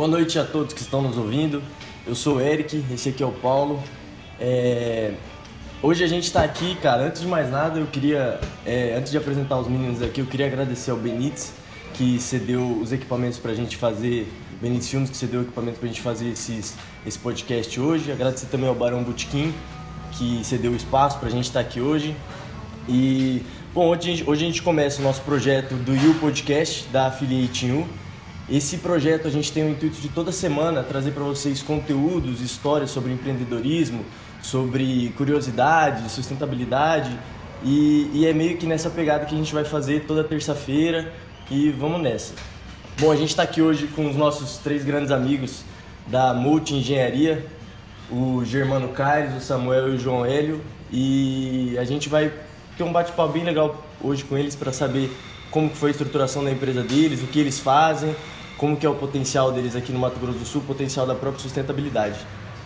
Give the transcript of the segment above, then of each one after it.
Boa noite a todos que estão nos ouvindo. Eu sou o Eric, esse aqui é o Paulo. Hoje a gente está aqui, cara. Antes de mais nada, eu queria, antes de apresentar os meninos aqui, eu queria agradecer ao Benítez, que cedeu os equipamentos pra gente fazer, Benítez Filmes, que cedeu o equipamento pra gente fazer esse podcast hoje. Agradecer também ao Barão Botequim, que cedeu o espaço pra gente estar aqui hoje. E, bom, hoje a gente começa o nosso projeto do You Podcast, da Affiliate You. Esse projeto a gente tem o intuito de toda semana trazer para vocês conteúdos, histórias sobre empreendedorismo, sobre curiosidade, sustentabilidade, e é meio que nessa pegada que a gente vai fazer toda terça-feira, e vamos nessa. Bom, a gente está aqui hoje com os nossos 3 grandes amigos da Multi Engenharia, o Germano Caires, o Samuel e o João Hélio, e a gente vai ter um bate-papo bem legal hoje com eles para saber como que foi a estruturação da empresa deles, o que eles fazem, como que é o potencial deles aqui no Mato Grosso do Sul, o potencial da própria sustentabilidade.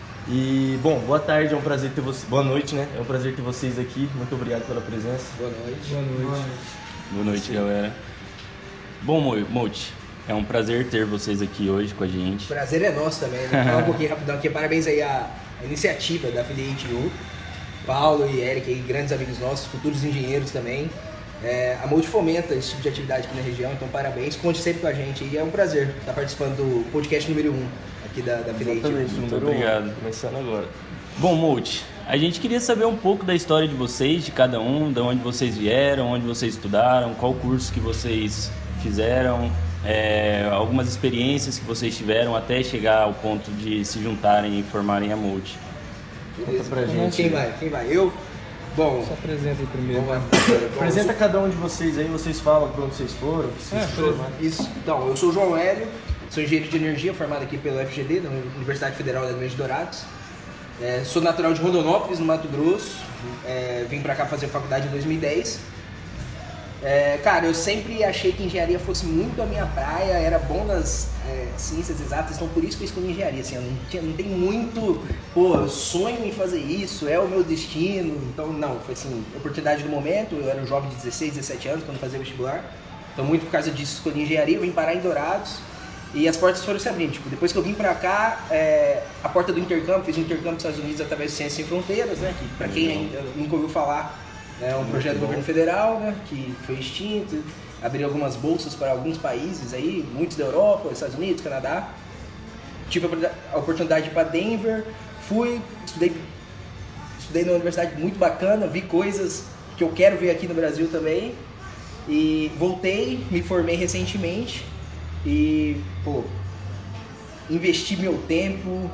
E, bom, boa tarde, é um prazer ter vocês, boa noite, né? É um prazer ter vocês aqui, muito obrigado pela presença. Boa noite. Boa noite. Boa noite, galera. Bom, Multi, é um prazer ter vocês aqui hoje com a gente. O prazer é nosso também, né? Falar um pouquinho rapidão aqui, parabéns aí à iniciativa da Affiliate You, Paulo e Eric, aí, grandes amigos nossos, futuros engenheiros também. A Multi fomenta esse tipo de atividade aqui na região, então parabéns, conte sempre com a gente e é um prazer estar participando do podcast número 1 aqui da Affiliate. Exatamente, Muito número obrigado. 1, começando agora. Bom, Multi, a gente queria saber um pouco da história de vocês, de cada um, de onde vocês vieram, onde vocês estudaram, qual curso que vocês fizeram, algumas experiências que vocês tiveram até chegar ao ponto de se juntarem e formarem a Multi. Conta pra gente. Quem vai? Eu? Bom, Se apresenta aí primeiro. Apresenta cada um de vocês aí, vocês falam pra onde vocês foram, o que vocês formaram. Isso. Então, eu sou o João Hélio, sou engenheiro de energia, formado aqui pela UFGD, da Universidade Federal da Grande Dourados. Sou natural de Rondonópolis, no Mato Grosso. Vim pra cá fazer faculdade em 2010. Cara, eu sempre achei que engenharia fosse muito a minha praia, era bom nas ciências exatas, então por isso que eu escolhi engenharia, assim, eu não tenho muito, eu sonho em fazer isso, é o meu destino, então não, foi assim, oportunidade do momento, eu era um jovem de 16, 17 anos quando fazia vestibular, então muito por causa disso escolhi engenharia, eu vim parar em Dourados e as portas foram se abrindo, tipo, depois que eu vim pra cá, a porta do intercâmbio, fiz um intercâmbio nos Estados Unidos através do Ciências Sem Fronteiras, né, que pra quem ainda nunca ouviu falar, é um projeto do governo federal, né, que foi extinto, abriu algumas bolsas para alguns países aí, muitos da Europa, Estados Unidos, Canadá. Tive a oportunidade de ir para Denver, fui, estudei numa universidade muito bacana, vi coisas que eu quero ver aqui no Brasil também. E voltei, me formei recentemente e, investi meu tempo,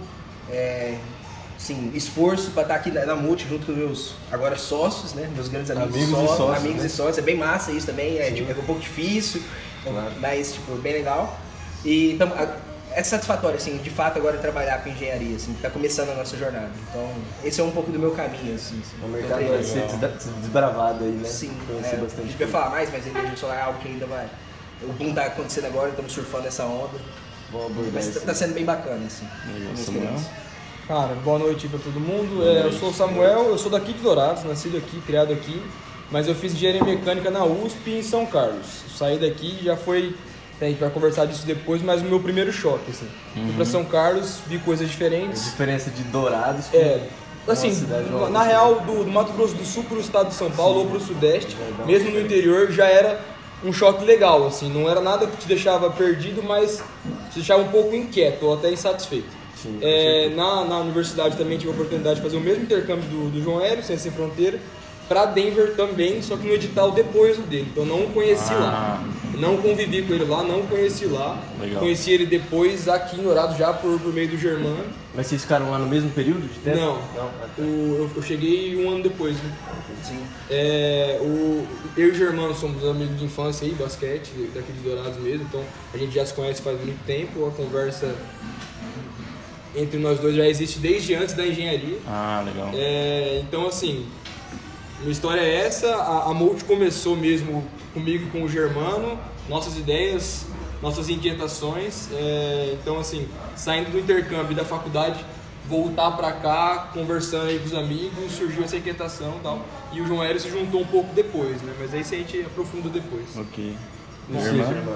esforço para estar aqui na Multi junto com meus agora sócios, né? Meus grandes amigos e sócios. É bem massa isso também, é um pouco difícil, claro. Mas bem legal. E então, é satisfatório, assim, de fato agora trabalhar com engenharia, assim, que tá começando a nossa jornada. Então, esse é um pouco do meu caminho, assim. O mercado vai ser desbravado aí, né? Sim, bastante. A gente vai falar mais, mas energia solar é algo que ainda vai... O boom tá acontecendo agora, estamos surfando essa onda. Mas tá sendo bem bacana, assim. Cara, boa noite pra todo mundo. Eu sou o Samuel, eu sou daqui de Dourados, nascido aqui, criado aqui, mas eu fiz engenharia mecânica na USP em São Carlos. Saí daqui, já foi, a gente vai conversar disso depois, mas o meu primeiro choque, assim. Fui pra São Carlos, vi coisas diferentes. A diferença de Dourados assim, na real, do Mato Grosso do Sul pro estado de São Paulo ou pro Sudeste, mesmo no interior, já era um choque legal, assim, não era nada que te deixava perdido, mas te deixava um pouco inquieto ou até insatisfeito. Na universidade também tive a oportunidade de fazer o mesmo intercâmbio do João Hélio, Ciências Sem Fronteira, para Denver também, só que no edital depois dele, então não o conheci lá, não convivi com ele lá, não conheci lá. Legal. Conheci ele depois aqui em Dourados já por meio do Germano. Mas vocês ficaram lá no mesmo período de tempo? Não. Eu cheguei um ano depois, né? Sim. Eu e o Germano somos amigos de infância aí, basquete, daqui de Dourados mesmo, então a gente já se conhece faz muito tempo, a conversa entre nós dois já existe desde antes da engenharia. Legal. Então, assim, minha história é essa. A Multi começou mesmo comigo e com o Germano, nossas ideias, nossas inquietações. Então, assim, saindo do intercâmbio e da faculdade, voltar pra cá, conversando aí com os amigos, surgiu essa inquietação e tal. E o João Hélio se juntou um pouco depois, né? Mas aí a gente aprofunda depois. Ok. Germano?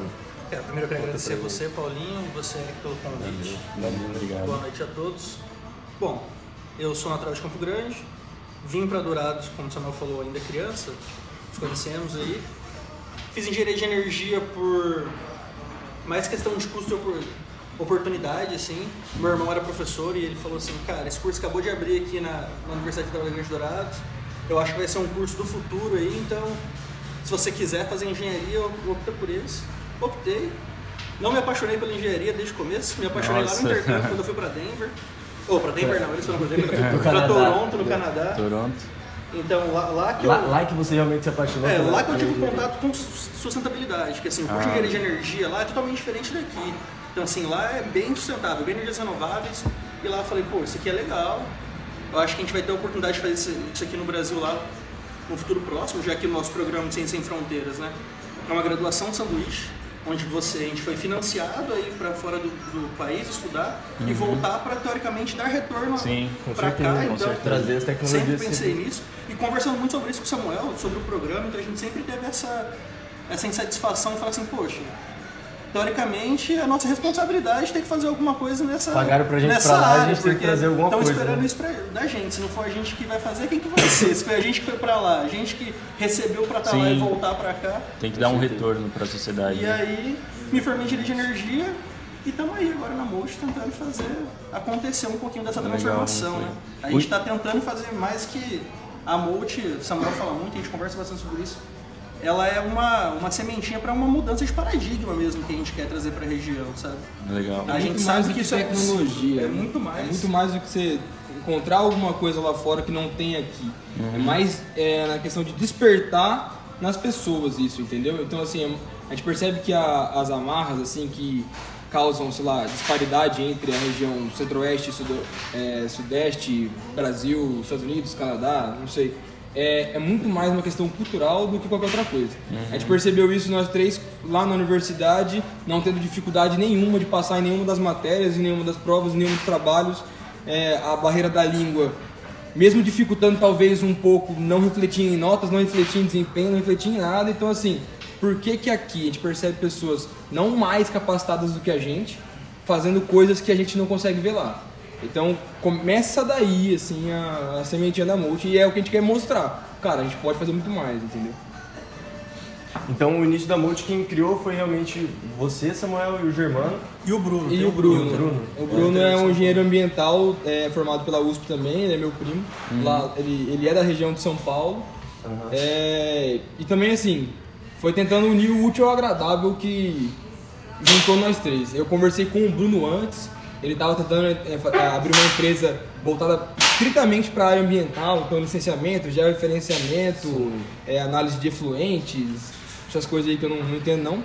Primeiro eu quero agradecer a você, Paulinho, e você, Eric, pelo convite. Obrigado. Boa noite a todos. Bom, eu sou natural de Campo Grande, vim para Dourados, como o Samuel falou, ainda criança, nos conhecemos aí. Fiz engenharia de energia por mais questão de custo e oportunidade, assim. Meu irmão era professor e ele falou assim, cara, esse curso acabou de abrir aqui na Universidade Federal de Dourados, eu acho que vai ser um curso do futuro aí, então se você quiser fazer engenharia, opta por esse. Optei. Não me apaixonei pela engenharia desde o começo, me apaixonei lá no intercâmbio quando eu fui para Denver. Para Denver não, eles foram para Denver, eu fui para Toronto, no Canadá. Então, lá que você realmente se apaixonou? Lá que eu tive contato com sustentabilidade, que assim, o curso de engenharia de energia lá é totalmente diferente daqui. Então, assim, lá é bem sustentável, bem energias renováveis. E lá eu falei, pô, isso aqui é legal. Eu acho que a gente vai ter a oportunidade de fazer isso aqui no Brasil lá no futuro próximo, já que o nosso programa de Ciência Sem Fronteiras, né? É uma graduação de sanduíche, onde a gente foi financiado aí para fora do país estudar e voltar para, teoricamente, dar retorno para cá. Então, trazer as tecnologias. Sempre pensei nisso. E conversando muito sobre isso com o Samuel, sobre o programa, então a gente sempre teve essa insatisfação de falar assim, poxa, teoricamente é a nossa responsabilidade ter que fazer alguma coisa nessa área. Pagaram pra gente pra lá, a gente tem que trazer alguma coisa. Estão esperando isso da gente. Se não for a gente que vai fazer, quem que vai ser? Se foi a gente que foi pra lá, a gente que recebeu pra estar lá e voltar pra cá. Tem que dar um retorno pra sociedade. E aí, me formei em engenharia de energia e estamos aí agora na Molt tentando fazer acontecer um pouquinho dessa transformação, né? A gente está tentando fazer mais que a Molt, o Samuel fala muito, a gente conversa bastante sobre isso. Ela é uma sementinha para uma mudança de paradigma mesmo que a gente quer trazer para a região, sabe? Legal. A gente sabe que isso é tecnologia. É muito mais. É muito mais do que você encontrar alguma coisa lá fora que não tem aqui. É mais na questão de despertar nas pessoas isso, entendeu? Então, assim, a gente percebe que as amarras, assim, que causam, sei lá, disparidade entre a região centro-oeste, sudeste, Brasil, Estados Unidos, Canadá, não sei... É muito mais uma questão cultural do que qualquer outra coisa. A gente percebeu isso nós três lá na universidade, não tendo dificuldade nenhuma de passar em nenhuma das matérias, em nenhuma das provas, em nenhum dos trabalhos. A barreira da língua, mesmo dificultando talvez um pouco, não refletia em notas, não refletia em desempenho, não refletia em nada. Então, assim, por que aqui a gente percebe pessoas não mais capacitadas do que a gente, fazendo coisas que a gente não consegue ver lá? Então começa daí, assim, a sementinha da Molt, e é o que a gente quer mostrar. Cara, a gente pode fazer muito mais, entendeu? Então o início da Molt quem criou foi realmente você, Samuel, e o Germano. E o Bruno. O Bruno é um engenheiro ambiental, formado pela USP também, ele é meu primo. Lá, ele é da região de São Paulo. E também, assim, foi tentando unir o útil ao agradável que juntou nós três. Eu conversei com o Bruno antes. Ele estava tentando abrir uma empresa voltada estritamente para a área ambiental, então licenciamento, georreferenciamento, análise de efluentes, essas coisas aí que eu não entendo não.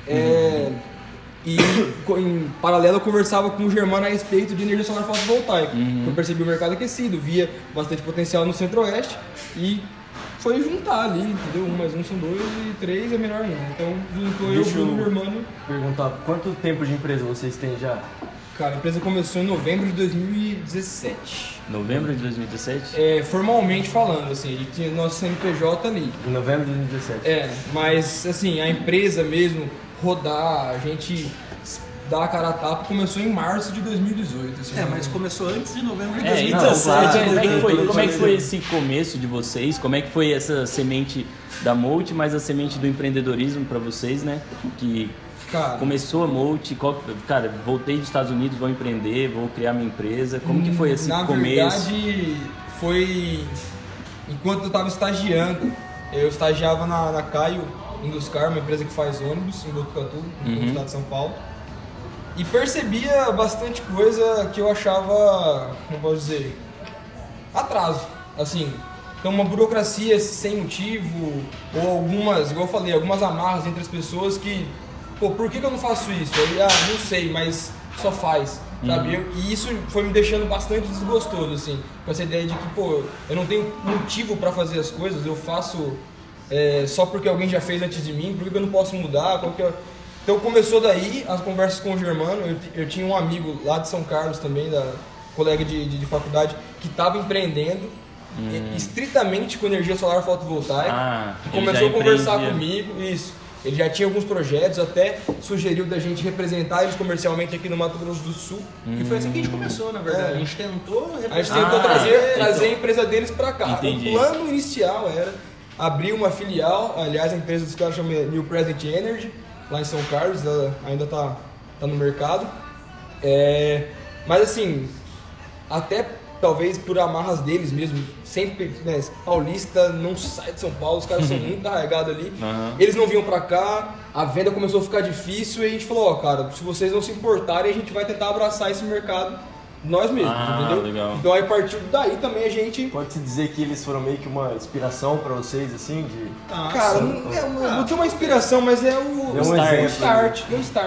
E em paralelo eu conversava com o Germano a respeito de energia solar fotovoltaica. Eu percebi o mercado aquecido, via bastante potencial no centro-oeste e foi juntar ali, entendeu? 1 mais 1 são 2 e 3 é melhor ainda. Então juntou eu, o Bruno e o Germano. Perguntar, quanto tempo de empresa vocês têm já? Cara, a empresa começou em novembro de 2017. Novembro de 2017? Formalmente falando, assim, a gente tinha nosso CNPJ ali. Em novembro de 2017. Mas assim, a empresa mesmo, rodar, a gente dar a cara a tapa, começou em março de 2018. Assim, mas começou antes de novembro de 2017. Como é que foi esse começo de vocês? Como é que foi essa semente da Molt, mais a semente do empreendedorismo para vocês, né? Que começou a Molt, cara, voltei dos Estados Unidos, vou empreender, vou criar minha empresa. Como que foi esse começo? Na verdade, foi enquanto eu estava estagiando. Eu estagiava na Caio Induscar, uma empresa que faz ônibus em Botucatu, no estado de São Paulo. E percebia bastante coisa que eu achava, como posso dizer, atraso, assim. Então uma burocracia sem motivo, ou algumas, igual eu falei, algumas amarras entre as pessoas que... Pô, por que eu não faço isso? Aí, não sei, mas só faz, sabe? E isso foi me deixando bastante desgostoso, assim, com essa ideia de que, pô, eu não tenho motivo pra fazer as coisas, eu faço só porque alguém já fez antes de mim, por que eu não posso mudar? Então começou daí as conversas com o Germano. Eu tinha um amigo lá de São Carlos também, colega de faculdade, que estava empreendendo estritamente com energia solar fotovoltaica, que começou a conversar comigo, isso. Ele já tinha alguns projetos, até sugeriu da gente representar eles comercialmente aqui no Mato Grosso do Sul. E foi assim que a gente começou, na verdade. A gente tentou trazer a empresa deles para cá. Entendi. O plano inicial era abrir uma filial, aliás, a empresa dos caras chama New Present Energy, lá em São Carlos, ela ainda tá no mercado. Mas assim, até talvez por amarras deles mesmo, sempre, né, paulista não sai de São Paulo, os caras são muito carregados ali, eles não vinham pra cá, a venda começou a ficar difícil e a gente falou, ó, cara, se vocês não se importarem, a gente vai tentar abraçar esse mercado nós mesmos, entendeu? Legal. Então aí, a partir daí também a gente... Pode-se dizer que eles foram meio que uma inspiração pra vocês, assim, de... Cara, não tinha uma inspiração, mas é o start.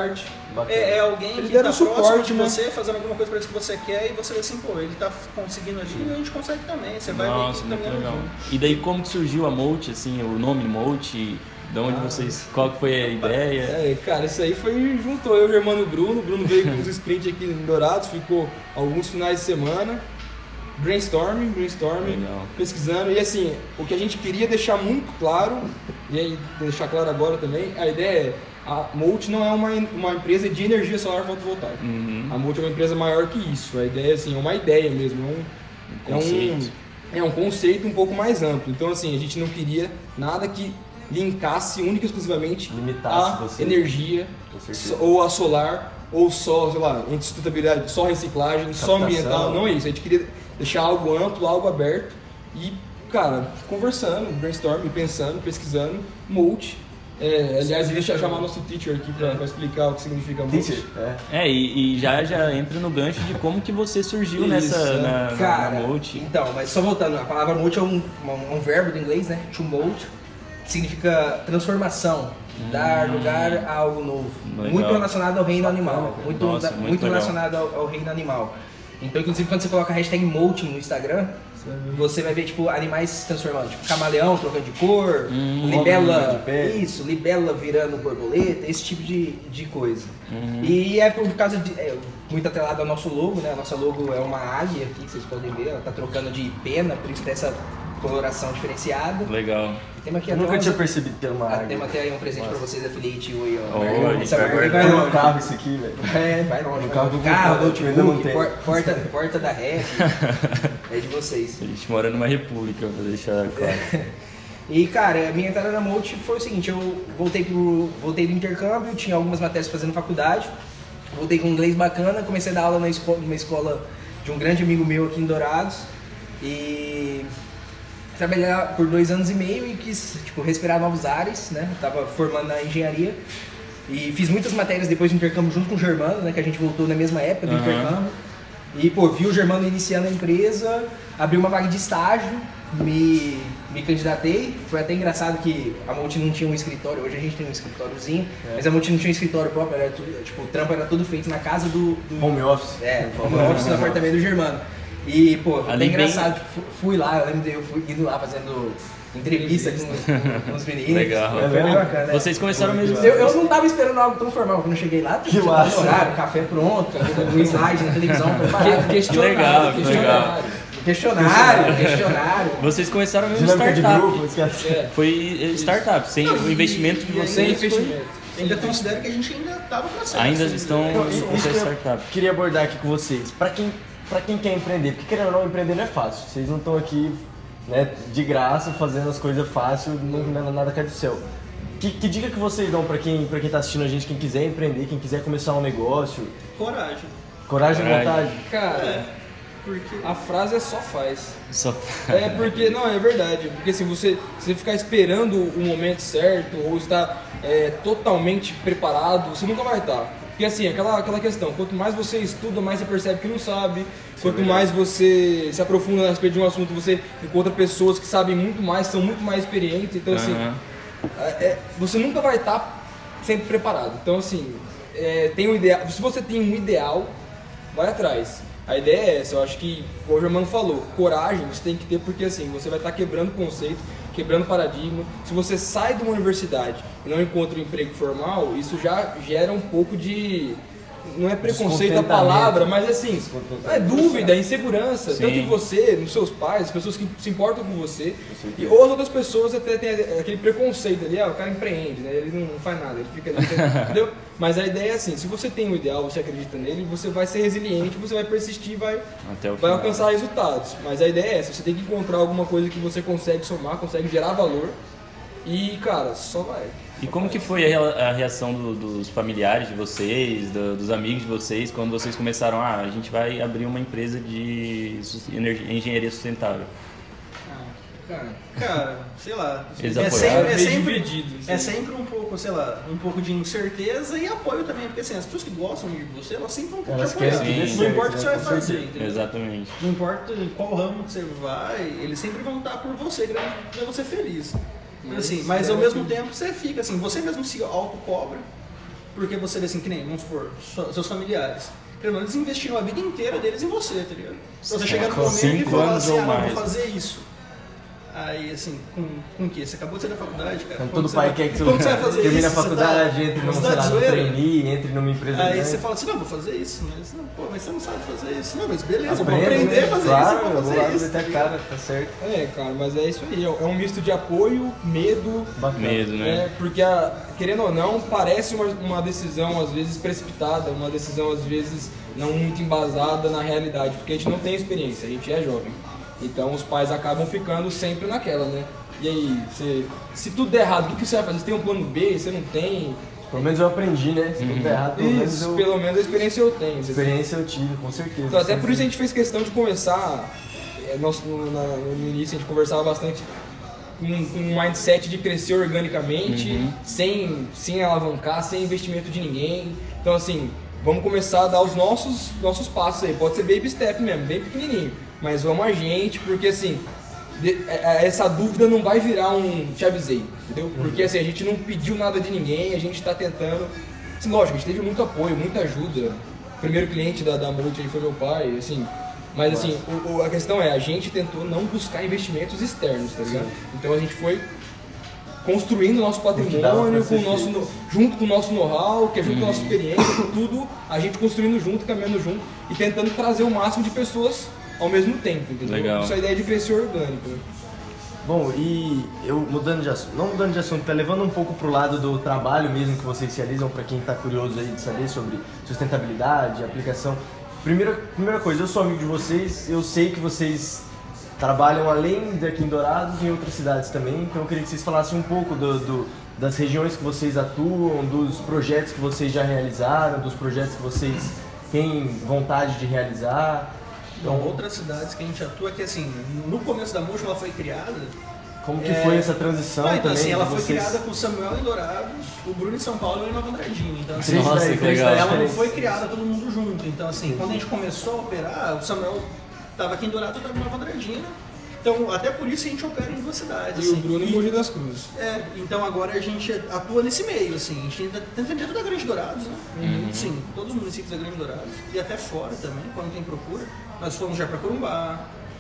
É alguém Eles que deram tá próximo suporte, de né? você, fazendo alguma coisa pra isso que você quer, e você vê assim, pô, ele tá conseguindo ali e a gente consegue também. Você vai Nossa, meio muito que caminhando legal. junto. E daí como que surgiu a Molt, assim, o nome Molt? De onde vocês... Qual que foi a ideia? Cara, isso aí juntou eu, o Germano e o Bruno. O Bruno veio com os sprints aqui em Dourados, ficou alguns finais de semana. Brainstorming, Legal. pesquisando. E assim, o que a gente queria deixar muito claro, e aí deixar claro agora também, a ideia é, a Molt não é uma empresa de energia solar fotovoltaica. A Molt é uma empresa maior que isso. A ideia assim, é uma ideia mesmo, é um conceito um pouco mais amplo. Então assim, a gente não queria nada que linkasse única e exclusivamente Limitasse a você. energia, ou a solar, ou só, sei lá, entre sustentabilidade, só reciclagem, só ambiental. Não é isso. A gente queria deixar algo amplo, algo aberto e, cara, conversando, brainstorming, pensando, pesquisando, Molt. Aliás, deixa eu chamar nosso teacher aqui pra explicar o que significa Molt. E já entra no gancho de como que você surgiu Isso, Cara, na Molt. então, mas só voltando, a palavra molt é um verbo do inglês, né? To mold, que significa transformação, dar lugar a algo novo. Legal. Muito relacionado ao reino animal. Muito legal. relacionado ao reino animal. Então, inclusive, quando você coloca a hashtag molting no Instagram, você vai ver, tipo, animais se transformando. Tipo, camaleão trocando de cor, libela, libela virando borboleta, esse tipo de coisa. E é por causa de... muito atrelado ao nosso logo, né? A nossa logo é uma águia aqui, que vocês podem ver. Ela tá trocando de pena, por isso tem essa coloração diferenciada. Legal. Temos aqui Eu nunca tinha percebido que era uma águia. Temos até aí um presente pra vocês, affiliate aí, ó. Olha, Essa vai marca Vai no carro isso aqui, velho. vai longe. No carro do carro, eu ainda não tenho. porta da rap, é de vocês. A gente mora numa república, pra deixar claro. E, cara, a minha entrada na Molt foi o seguinte, eu voltei do intercâmbio, tinha algumas matérias fazendo faculdade, voltei com inglês bacana, comecei a dar aula numa escola de um grande amigo meu aqui em Dourados, e trabalhei lá por 2 anos e meio e quis, tipo, respirar novos ares, né? Eu tava formando na engenharia e fiz muitas matérias depois do intercâmbio junto com o Germano, né? Que a gente voltou na mesma época do intercâmbio. E, pô, vi o Germano iniciando a empresa, abri uma vaga de estágio, me candidatei. Foi até engraçado que a Molt não tinha um escritório, hoje a gente tem um escritóriozinho, mas a Molt não tinha um escritório próprio, era tudo, tipo, o trampo era tudo feito na casa do Home office. Home office no apartamento do Germano. E, pô, foi Ali até engraçado, tipo, fui lá, eu lembro de eu indo lá fazendo entrevista com os meninos. Legal. Foi bem bacana, né? Vocês começaram mesmo... Eu não tava esperando algo tão formal, quando eu cheguei lá, Que tinha massa. horário, café pronto, um slide na televisão preparado. legal, que legal. Questionário. Vocês começaram mesmo Dinâmica de startup. grupo, esquece. Foi startup, sem o investimento de vocês. Ainda considero que a gente ainda tá no processo. Ainda estão Então, em isso processo que eu startup. queria abordar aqui com vocês. Pra quem quer empreender, porque querendo ou não, empreender não é fácil. Vocês não estão aqui, né, de graça, fazendo as coisas fácil, não nada cai do céu. Que dica que vocês dão pra quem tá assistindo a gente, quem quiser empreender, quem quiser começar um negócio? Coragem. Coragem e vontade. Cara, Porque a frase é só faz. Só... Porque, não, é verdade. Porque assim, você ficar esperando o momento certo ou estar totalmente preparado, você nunca vai estar. Porque assim, aquela questão, quanto mais você estuda, mais você percebe que não sabe. Quanto mais você se aprofunda a respeito de um assunto, você encontra pessoas que sabem muito mais, são muito mais experientes. Então assim, você nunca vai estar sempre preparado. Então assim, tem um ideal. Se você tem um ideal, vai atrás. A ideia é essa, eu acho que, como o Germano falou, coragem você tem que ter, porque assim, você vai estar quebrando conceito, quebrando paradigma. Se você sai de uma universidade e não encontra um emprego formal, isso já gera um pouco de não é preconceito a palavra, mas assim, é dúvida, insegurança, tanto em você, nos seus pais, as pessoas que se importam com você, ou as outras pessoas até tem aquele preconceito ali, o cara empreende, né? Ele não faz nada, ele fica ali, entendeu? Mas a ideia é assim, se você tem um ideal, você acredita nele, você vai ser resiliente, você vai persistir, vai alcançar resultados. Mas a ideia é essa, você tem que encontrar alguma coisa que você consegue somar, consegue gerar valor e, cara, só vai. E como que foi a reação dos familiares de vocês, dos amigos de vocês, quando vocês começaram, a gente vai abrir uma empresa de engenharia sustentável? Cara, sei lá. Eles é sempre um pouco, sei lá, um pouco de incerteza e apoio também, porque assim, as pessoas que gostam de você, elas sempre vão te apoiar. Não importa o que você vai fazer, entendeu? Exatamente. Não importa qual ramo que você vai, eles sempre vão estar por você, pra você feliz. Assim, mas ao mesmo tempo você fica assim, você mesmo se autocobra, porque você vê assim, que nem, vamos supor, seus familiares. Eles investiram a vida inteira deles em você, tá ligado? Então você chegar no momento e falar assim, não, vou fazer isso. Aí, assim, com o quê? Você acabou de sair da faculdade, cara? Então todo pai quer que você vai fazer termine isso? a faculdade, entre num, sei lá, no trainee, entre numa empresa aí grande. Você fala assim, não, vou fazer isso, mas não, pô, mas você não sabe fazer isso. Não, mas beleza, eu vou aprender a fazer isso, eu vou fazer isso. Até cara, tá certo. Cara, mas é isso aí, é um misto de apoio, medo. Bacana. Medo, né? Porque, querendo ou não, parece uma decisão às vezes precipitada, uma decisão às vezes não muito embasada na realidade, porque a gente não tem experiência, a gente é jovem. Então os pais acabam ficando sempre naquela, né? E aí, se tudo der errado, o que você vai fazer? Você tem um plano B? Você não tem? Pelo menos eu aprendi, né? Se tudo der errado, pelo menos a experiência eu tenho. Experiência eu tive, com certeza. Então, até por isso a gente fez questão de começar, no início a gente conversava bastante com um mindset de crescer organicamente, sem alavancar, sem investimento de ninguém. Então assim, vamos começar a dar os nossos passos aí, pode ser baby step mesmo, bem pequenininho, mas vamos a gente, porque assim, essa dúvida não vai virar um te avisei, entendeu? Porque assim, a gente não pediu nada de ninguém, a gente está tentando, assim, lógico, a gente teve muito apoio, muita ajuda. O primeiro cliente da Multi foi meu pai, assim, mas assim, a questão é, a gente tentou não buscar investimentos externos, tá ligado? Então a gente foi construindo o nosso patrimônio, junto com o nosso know-how, que é junto com a nossa experiência, tudo, a gente construindo junto, caminhando junto e tentando trazer o máximo de pessoas ao mesmo tempo, entendeu? Legal. Essa é a ideia de crescer orgânico. Né? Bom, e eu não mudando de assunto, tá levando um pouco pro lado do trabalho mesmo que vocês realizam, para quem tá curioso aí de saber sobre sustentabilidade, aplicação. Primeira coisa, eu sou amigo de vocês, eu sei que vocês trabalham além daqui em Dourados e em outras cidades também, então eu queria que vocês falassem um pouco das regiões que vocês atuam, dos projetos que vocês já realizaram, dos projetos que vocês têm vontade de realizar. Então, outras cidades que a gente atua, que assim, no começo da Multi ela foi criada. Como que foi essa transição então, também? Assim, ela foi vocês... criada com o Samuel em Dourados, o Bruno em São Paulo e o Nova Andradina. Então, assim, nossa, que legal. Ela não foi criada todo mundo junto. Então, assim, quando a gente começou a operar, o Samuel estava aqui em Dourados, eu estava em Nova Andradina. Então, até por isso a gente opera em duas cidades. E assim, o Bruno em Mogi das Cruzes. Então agora a gente atua nesse meio, assim. A gente tenta dentro da Grande Dourados, né? Sim, todos os municípios da Grande Dourados. E até fora também, quando tem procura. Nós fomos já para Corumbá,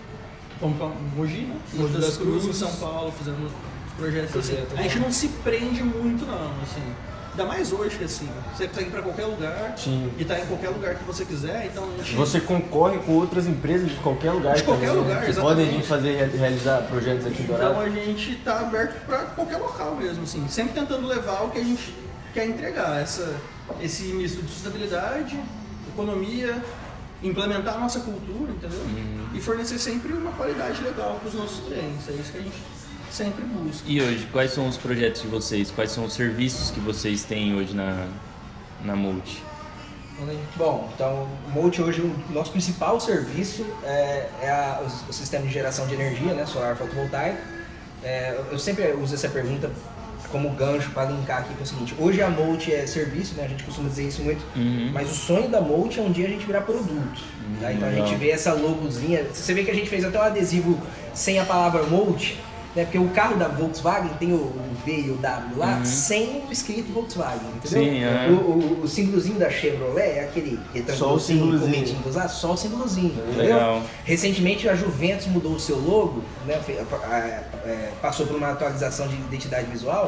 fomos para Mogi, né? Mogi das Cruzes, em São Paulo, fizemos projetos assim. A gente não se prende muito, não, assim. Ainda mais hoje, que assim, você consegue ir para qualquer lugar. Sim. E tá em qualquer lugar que você quiser, então a gente... Você concorre com outras empresas de qualquer lugar. De qualquer também, lugar, né? Que exatamente. podem vir realizar projetos aqui em Dourados. Então a gente tá aberto para qualquer local mesmo, assim. Sempre tentando levar o que a gente quer entregar. Esse misto de sustentabilidade, economia, implementar a nossa cultura, entendeu? E fornecer sempre uma qualidade legal para os nossos clientes. É isso que a gente sempre busca. E hoje, quais são os projetos de vocês? Quais são os serviços que vocês têm hoje na Multi? Bom, então, o Multi hoje, o nosso principal serviço é o sistema de geração de energia, né, solar fotovoltaico. Eu sempre uso essa pergunta como gancho para linkar aqui com o seguinte: hoje a Multi é serviço, né, a gente costuma dizer isso muito, mas o sonho da Multi é um dia a gente virar produto. Tá? Então a gente vê essa logozinha, você vê que a gente fez até um adesivo sem a palavra Multi, né, porque o carro da Volkswagen tem o V e o W lá, sem o escrito Volkswagen, entendeu? Sim, o símbolozinho da Chevrolet é aquele só o símbolozinho. Só o símbolozinho, entendeu? Legal. Recentemente a Juventus mudou o seu logo, né, passou por uma atualização de identidade visual,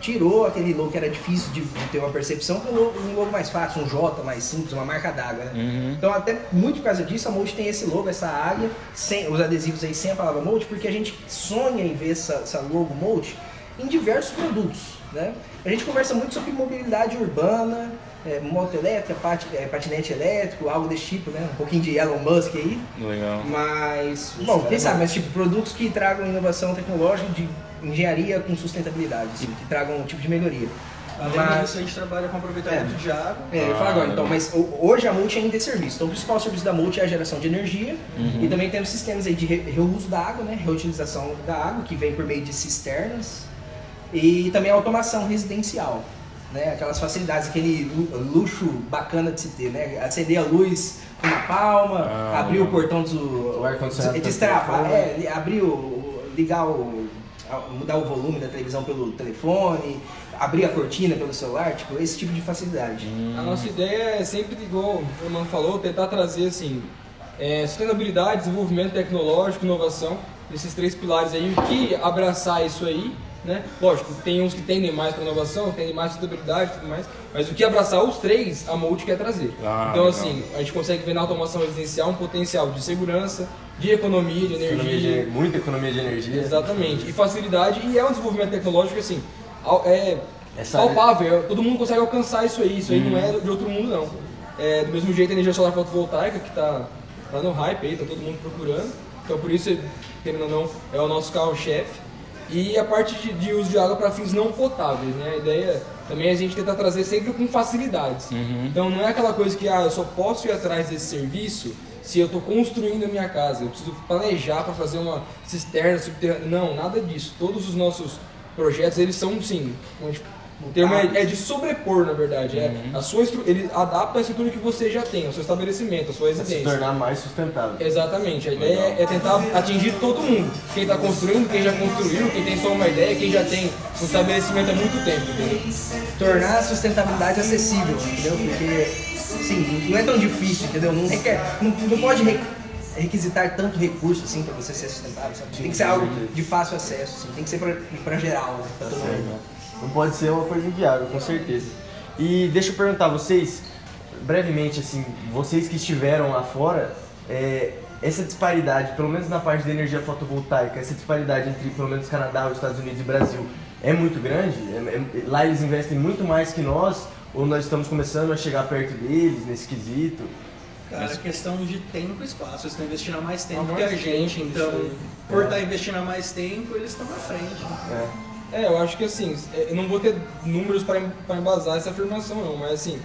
tirou aquele logo que era difícil de ter uma percepção para um logo mais fácil, um J mais simples, uma marca d'água, né? Então até muito por causa disso a Molt tem esse logo, essa águia, sem, os adesivos aí sem a palavra Molt, porque a gente sonha em ver essa logo Molt em diversos produtos, né? A gente conversa muito sobre mobilidade urbana, moto elétrica, patinete elétrico, algo desse tipo, né? Um pouquinho de Elon Musk aí. Legal. Mas, bom, quem sabe, mas tipo, produtos que tragam inovação tecnológica, de engenharia com sustentabilidade, assim, que tragam um tipo de melhoria. Além disso, a gente trabalha com aproveitamento de água. Eu ia falar agora, então, mas hoje a Molt ainda é serviço. Então o principal serviço da Molt é a geração de energia e também temos sistemas aí de reuso da água, né? Reutilização da água, que vem por meio de cisternas e também a automação residencial. Né, aquelas facilidades, aquele luxo bacana de se ter, né? Acender a luz com uma palma, abrir o portão do ar-condicionado, destravar, abrir ligar mudar o volume da televisão pelo telefone, abrir a cortina pelo celular, tipo, esse tipo de facilidade. A nossa ideia é sempre, igual o irmão falou, tentar trazer assim, sustentabilidade, desenvolvimento tecnológico, inovação, esses 3 pilares aí, o que abraçar isso aí, né? Lógico, tem uns que tendem mais para inovação, tendem mais sustentabilidade e tudo mais, mas o que abraçar os 3, a Molt quer trazer. Então legal. Assim, a gente consegue ver na automação residencial um potencial de segurança, de economia de energia. Muita economia de energia. Exatamente, e facilidade, e é um desenvolvimento tecnológico assim, palpável, todo mundo consegue alcançar isso aí não é de outro mundo não. Do mesmo jeito a energia solar fotovoltaica, que tá no hype aí, tá todo mundo procurando, então por isso, querendo ou não, é o nosso carro-chefe. E a parte de uso de água para fins não potáveis, né? A ideia também é a gente tentar trazer sempre com facilidades. Então não é aquela coisa que eu só posso ir atrás desse serviço se eu estou construindo a minha casa, eu preciso planejar para fazer uma cisterna subterrânea. Não, nada disso. Todos os nossos projetos, eles são, sim, o termo é de sobrepor, na verdade. Ele adapta a estrutura que você já tem, o seu estabelecimento, a sua residência. Se tornar mais sustentável. Exatamente. A ideia é tentar atingir todo mundo. Quem está construindo, quem já construiu, quem tem só uma ideia, quem já tem um estabelecimento há muito tempo, entendeu? Tornar a sustentabilidade acessível, entendeu? Porque, sim, não é tão difícil, entendeu? Não pode requisitar tanto recurso assim para você ser sustentável, sabe? Tem que ser algo de fácil acesso, assim. Tem que ser para geral, né? Para todo mundo. Não pode ser uma coisa inviável, com certeza. E deixa eu perguntar a vocês, brevemente, assim, vocês que estiveram lá fora, essa disparidade, pelo menos na parte da energia fotovoltaica, essa disparidade entre, pelo menos, Canadá, os Estados Unidos e Brasil, é muito grande? Lá eles investem muito mais que nós, ou nós estamos começando a chegar perto deles, nesse quesito? Cara, a questão de tempo e espaço, eles estão investindo há mais tempo que a gente, então, por estar investindo há mais tempo, eles estão à frente. Eu acho que assim, eu não vou ter números para embasar essa afirmação não, mas assim,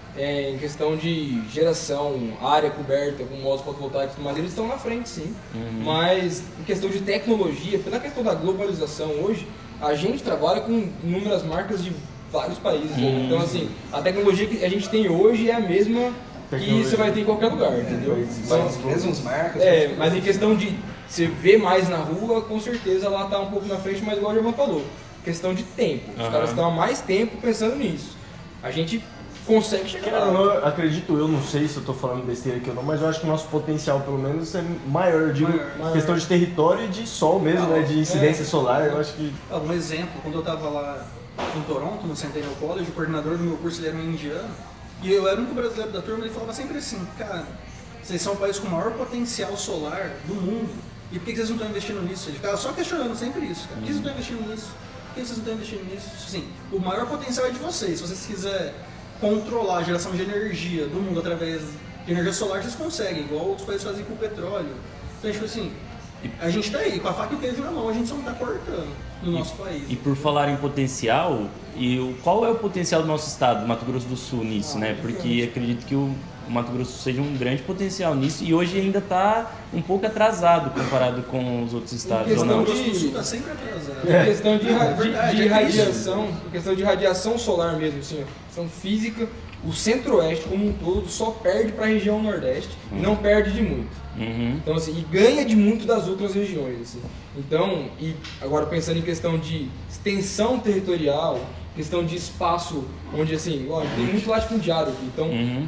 em questão de geração, área coberta com módulos fotovoltaicos, mas eles estão na frente sim. Mas em questão de tecnologia, pela questão da globalização hoje, a gente trabalha com inúmeras marcas de vários países. Então assim, a tecnologia que a gente tem hoje é a mesma que você vai ter em qualquer lugar, entendeu? São as mesmas marcas. Mas em questão de você ver mais na rua, com certeza lá tá um pouco na frente, mas igual o irmão falou, questão de tempo. Os caras estão há mais tempo pensando nisso. A gente consegue chegar lá. Eu acredito, eu não sei se eu tô falando besteira aqui ou não, mas eu acho que o nosso potencial, pelo menos, é maior. Eu digo, questão de território e de sol mesmo, né? De incidência solar, eu acho que... Um exemplo, quando eu tava lá em Toronto, no Centennial College, o coordenador do meu curso ele era um indiano, e eu era o único brasileiro da turma, ele falava sempre assim, cara, vocês são o país com o maior potencial solar do mundo, e por que vocês não estão investindo nisso? Ele ficava só questionando sempre isso, cara. Por que vocês não estão investindo nisso? Por que vocês não estão investindo nisso? Sim, o maior potencial é de vocês. Se vocês quiserem controlar a geração de energia do mundo através de energia solar, vocês conseguem, igual outros países fazem com o petróleo. Então, tipo assim, a gente tá aí, com a faca e o queijo na mão, a gente só não tá cortando no nosso país. E por falar em potencial, qual é o potencial do nosso estado, Mato Grosso do Sul, nisso, né? Porque acredito que o Mato Grosso seja um grande potencial nisso e hoje ainda está um pouco atrasado comparado com os outros estados. O Mato Grosso do Sul está sempre atrasado. Em questão de radiação, em questão de radiação solar mesmo, assim, questão física, o centro-oeste como um todo só perde para a região nordeste e não perde de muito. Então assim, e ganha de muito das outras regiões, assim. Então, e agora pensando em questão de extensão territorial, questão de espaço, onde assim, tem muito latifundiário aqui, então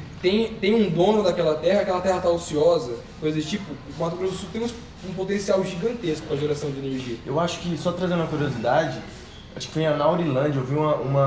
tem um dono daquela terra, aquela terra está ociosa, coisas desse tipo. O Mato Grosso do Sul tem um potencial gigantesco para geração de energia. Eu acho que, só trazendo uma curiosidade, acho que foi em Anaurilândia, eu vi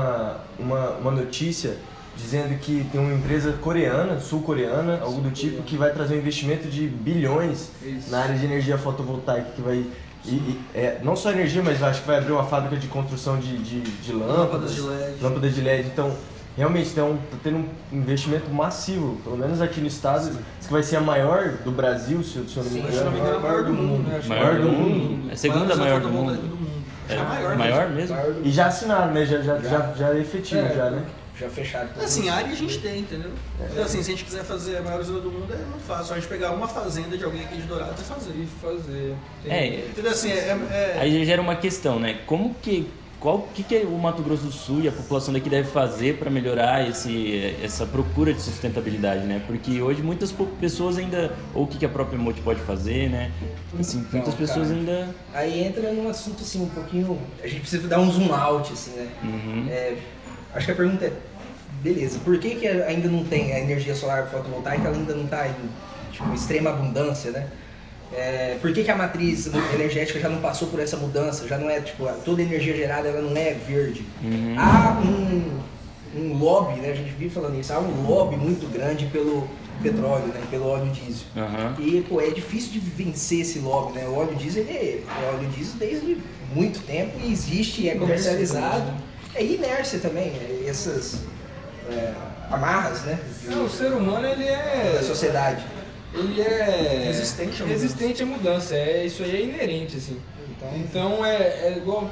uma notícia dizendo que tem uma empresa coreana, sul-coreana, algo do tipo, que vai trazer um investimento de bilhões na área de energia fotovoltaica, que vai... não só energia, mas acho que vai abrir uma fábrica de construção de lâmpadas de LED. Então, realmente está tendo um investimento massivo, pelo menos aqui no estado, que vai ser a maior do Brasil, se eu não me engano. A maior do mundo. Maior do mundo. É a segunda maior do mundo. É maior mesmo? E já assinaram, né? Já é efetivo, já, né? Já fechado. Assim, a área a gente tem, entendeu? Então, assim, se a gente quiser fazer a maior usina do mundo, é muito fácil. A gente pegar uma fazenda de alguém aqui de Dourados e fazer. Entendeu? Assim, Aí gera uma questão, né? Qual que o Mato Grosso do Sul e a população daqui deve fazer para melhorar essa procura de sustentabilidade, né? Porque hoje muitas pessoas ainda, ou o que a própria Moti pode fazer, né? Assim, muitas pessoas ainda... Aí entra num assunto assim, um pouquinho... A gente precisa dar um zoom out, assim, né? Acho que a pergunta é, beleza, por que ainda não tem a energia solar fotovoltaica, ela ainda não está em extrema abundância, né? Por que a matriz energética já não passou por essa mudança? Já não é, toda a energia gerada ela não é verde. Há um lobby, né? A gente vive falando isso, há um lobby muito grande pelo petróleo, né? Pelo óleo diesel. E, é difícil de vencer esse lobby, né? O óleo diesel, é óleo diesel desde muito tempo e existe, é comercializado. É inércia também, essas amarras, né? O ser humano, ele é... Da sociedade. Ele é resistente à mudança, isso aí é inerente, assim. Então é igual...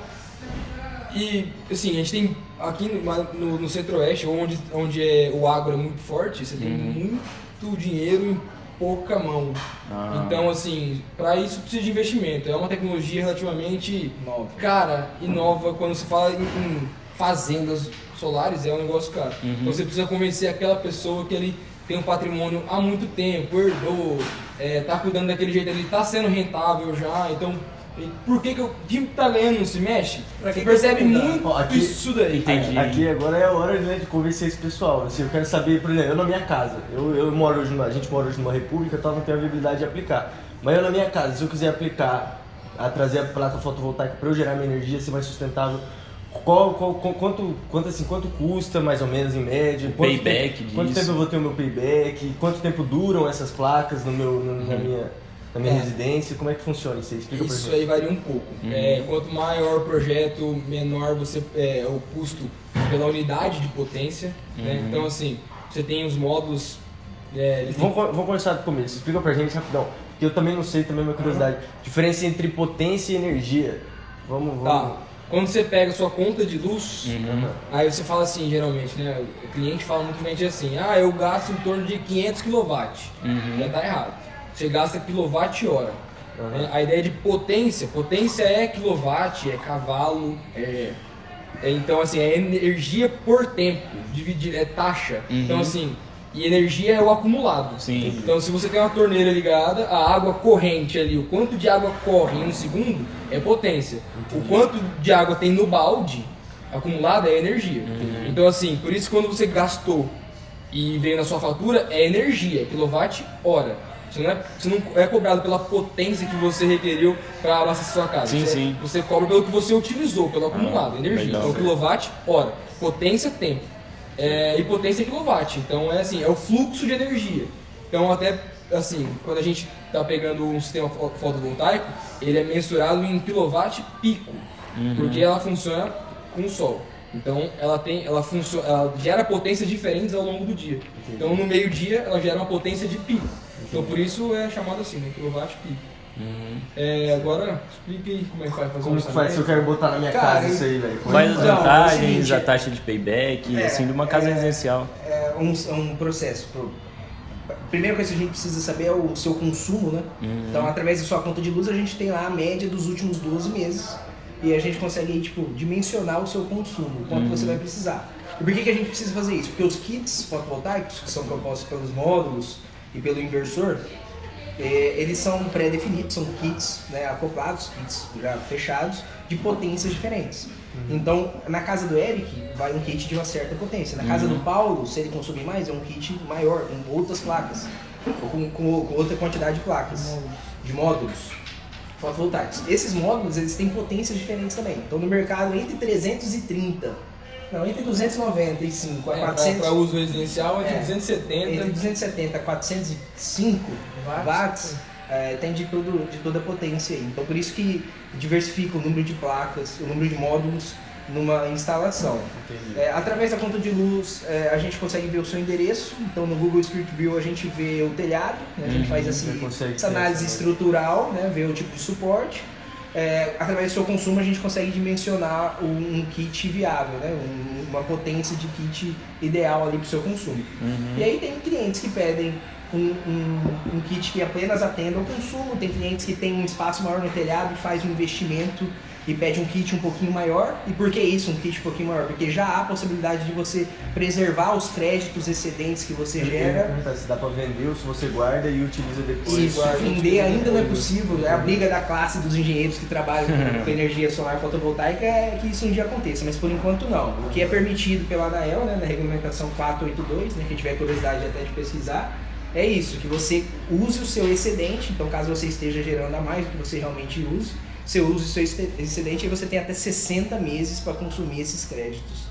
E, assim, a gente tem aqui no Centro-Oeste, onde o agro é muito forte, você tem muito dinheiro em pouca mão. Então, assim, para isso precisa de investimento. É uma tecnologia relativamente cara e nova. Quando se fala em fazendas solares, é um negócio caro. Então você precisa convencer aquela pessoa que ele tem um patrimônio há muito tempo, herdou, tá cuidando daquele jeito, ele tá sendo rentável já. Então, por que o time tá lendo não se mexe? Você percebe muito isso daí. Entendi. Aqui agora é a hora, né, de convencer esse pessoal. Assim, eu quero saber, por exemplo, eu na minha casa, a gente mora hoje numa república, então não tem a viabilidade de aplicar. Mas eu na minha casa, se eu quiser aplicar, trazer a placa fotovoltaica para eu gerar minha energia, ser mais sustentável, quanto custa mais ou menos em média? Quanto tempo eu vou ter o meu payback? Quanto tempo duram essas placas na minha residência? Como é que funciona isso aí? Explica pra gente. Isso aí varia um pouco. Quanto maior o projeto, menor o custo pela unidade de potência. Né? Então, assim, você tem os módulos... Vamos começar do começo. Explica pra gente rapidão, porque eu também não sei, também é uma curiosidade. Diferença entre potência e energia. Vamos. Tá. Quando você pega a sua conta de luz, aí você fala assim, geralmente, né? O cliente fala muito bem assim, eu gasto em torno de 500 kW. Já tá errado. Você gasta kWh. Né? A ideia de potência é quilowatt, é cavalo, então assim, é energia por tempo, é taxa. Então assim, e energia é o acumulado. Sim. Então se você tem uma torneira ligada, a água corrente ali, o quanto de água corre em um segundo é potência. O quanto de água tem no balde acumulado é energia. Então assim, por isso quando você gastou e veio na sua fatura, é energia, é quilowatt-hora. Você não é cobrado pela potência que você requeriu para abastecer sua casa. Você cobra pelo que você utilizou, pelo acumulado, energia. Legal, então quilowatt-hora, potência, tempo. E potência é quilowatt, então é o fluxo de energia. Então até assim, quando a gente está pegando um sistema fotovoltaico, ele é mensurado em quilowatt pico, porque ela funciona com o sol. Então ela gera potências diferentes ao longo do dia. Então no meio-dia ela gera uma potência de pico. Então por isso é chamado assim, né, quilowatt pico. Agora, explique aí como é que faz fazer como que faz se eu quero botar na minha casa isso aí, velho? Quais as vantagens, a taxa de payback, assim, de uma casa residencial? É um processo. A primeira coisa que a gente precisa saber é o seu consumo, né? Então, através da sua conta de luz, a gente tem lá a média dos últimos 12 meses e a gente consegue aí, dimensionar o seu consumo, o quanto você vai precisar. E por que a gente precisa fazer isso? Porque os kits fotovoltaicos, que são compostos pelos módulos e pelo inversor, eles são pré-definidos, são kits, né, acoplados, kits já fechados, de potências diferentes. Então, na casa do Eric, vai um kit de uma certa potência. Na casa do Paulo, se ele consumir mais, é um kit maior, com outras placas, ou com outra quantidade de placas, de módulos. fotovoltaicos. Esses módulos, eles têm potências diferentes também. Então, no mercado, entre 295 a 400... Para uso residencial, entre 270... Entre 270 a 405 watts, tem de toda a potência aí. Então, por isso que diversifica o número de placas, o número de módulos numa instalação. Através da conta de luz, a gente consegue ver o seu endereço. Então, no Google Street View, a gente vê o telhado, né? A gente faz essa análise estrutural, né? Vê o tipo de suporte. Através do seu consumo, a gente consegue dimensionar um kit viável, né? Uma potência de kit ideal ali para o seu consumo. E aí tem clientes que pedem um kit que apenas atenda ao consumo, tem clientes que têm um espaço maior no telhado e faz um investimento e pede um kit um pouquinho maior. E por que isso, um kit um pouquinho maior? Porque já há a possibilidade de você preservar os créditos excedentes que você gera. Se dá para vender ou se você guarda e utiliza depois. Isso, vender ainda não é possível. É a briga da classe dos engenheiros que trabalham com energia solar fotovoltaica é que isso um dia aconteça, mas por enquanto não. O que é permitido pela ANAEL, né, na regulamentação 482, né, quem tiver curiosidade até de pesquisar, é isso, que você use o seu excedente. Então, caso você esteja gerando a mais do que você realmente use, você usa o seu excedente e você tem até 60 meses para consumir esses créditos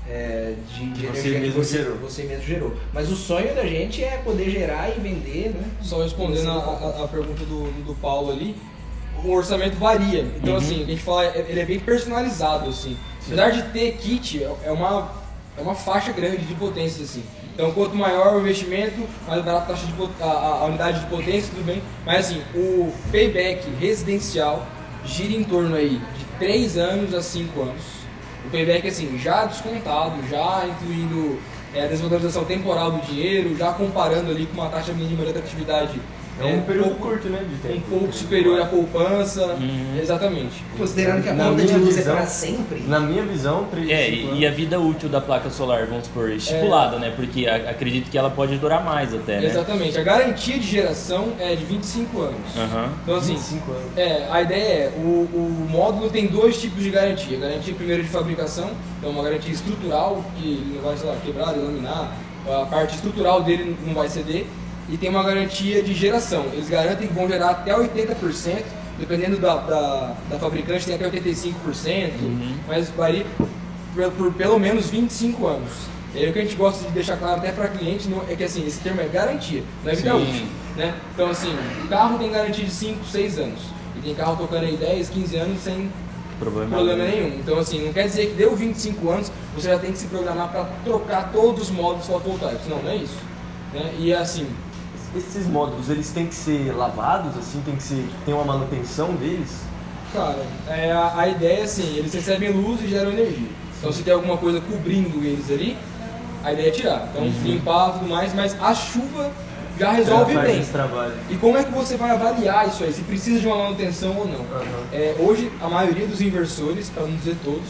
de energia que você mesmo gerou. Mas o sonho da gente é poder gerar e vender, né? Só respondendo a pergunta do Paulo ali, o orçamento varia. Então, assim, o que a gente fala, ele é bem personalizado, assim. Apesar de ter kit, é uma faixa grande de potência, assim. Então, quanto maior o investimento, mais barata a unidade de potência, tudo bem. Mas, assim, o payback residencial gira em torno aí de 3 anos a 5 anos. O payback, assim, já descontado, já incluindo a desvalorização temporal do dinheiro, já comparando ali com uma taxa mínima de atratividade. Um período curto, né, de tempo. Um pouco superior à poupança, exatamente. Considerando que a conta de luz é para sempre. Na minha visão, 3 e a vida útil da placa solar, vamos supor, estipulada, né? Porque acredito que ela pode durar mais até, né? Exatamente. A garantia de geração é de 25 anos. Então, assim, 25 anos. A ideia é, o módulo tem 2 tipos de garantia. Garantia primeiro de fabricação, então uma garantia estrutural, que não vai, sei lá, quebrar, laminar, a parte estrutural dele não vai ceder. E tem uma garantia de geração. Eles garantem que vão gerar até 80%, dependendo da fabricante, tem até 85%, mas varia por pelo menos 25 anos. E aí o que a gente gosta de deixar claro até para cliente é que, assim, esse termo é garantia, não é vida útil, né? Então, assim, o carro tem garantia de 5, 6 anos. E tem carro tocando aí 10, 15 anos sem problema nenhum. Então, assim, não quer dizer que deu 25 anos, você já tem que se programar para trocar todos os módulos fotovoltaicos. Não é isso. Né? E, assim, esses módulos, eles têm que ser lavados, assim, tem uma manutenção deles? Cara, a ideia é assim, eles recebem luz e geram energia. Então, se tem alguma coisa cobrindo eles ali, a ideia é tirar. Então, limpar e tudo mais, mas a chuva já resolve bem. E como é que você vai avaliar isso aí, se precisa de uma manutenção ou não? Hoje, a maioria dos inversores, para não dizer todos,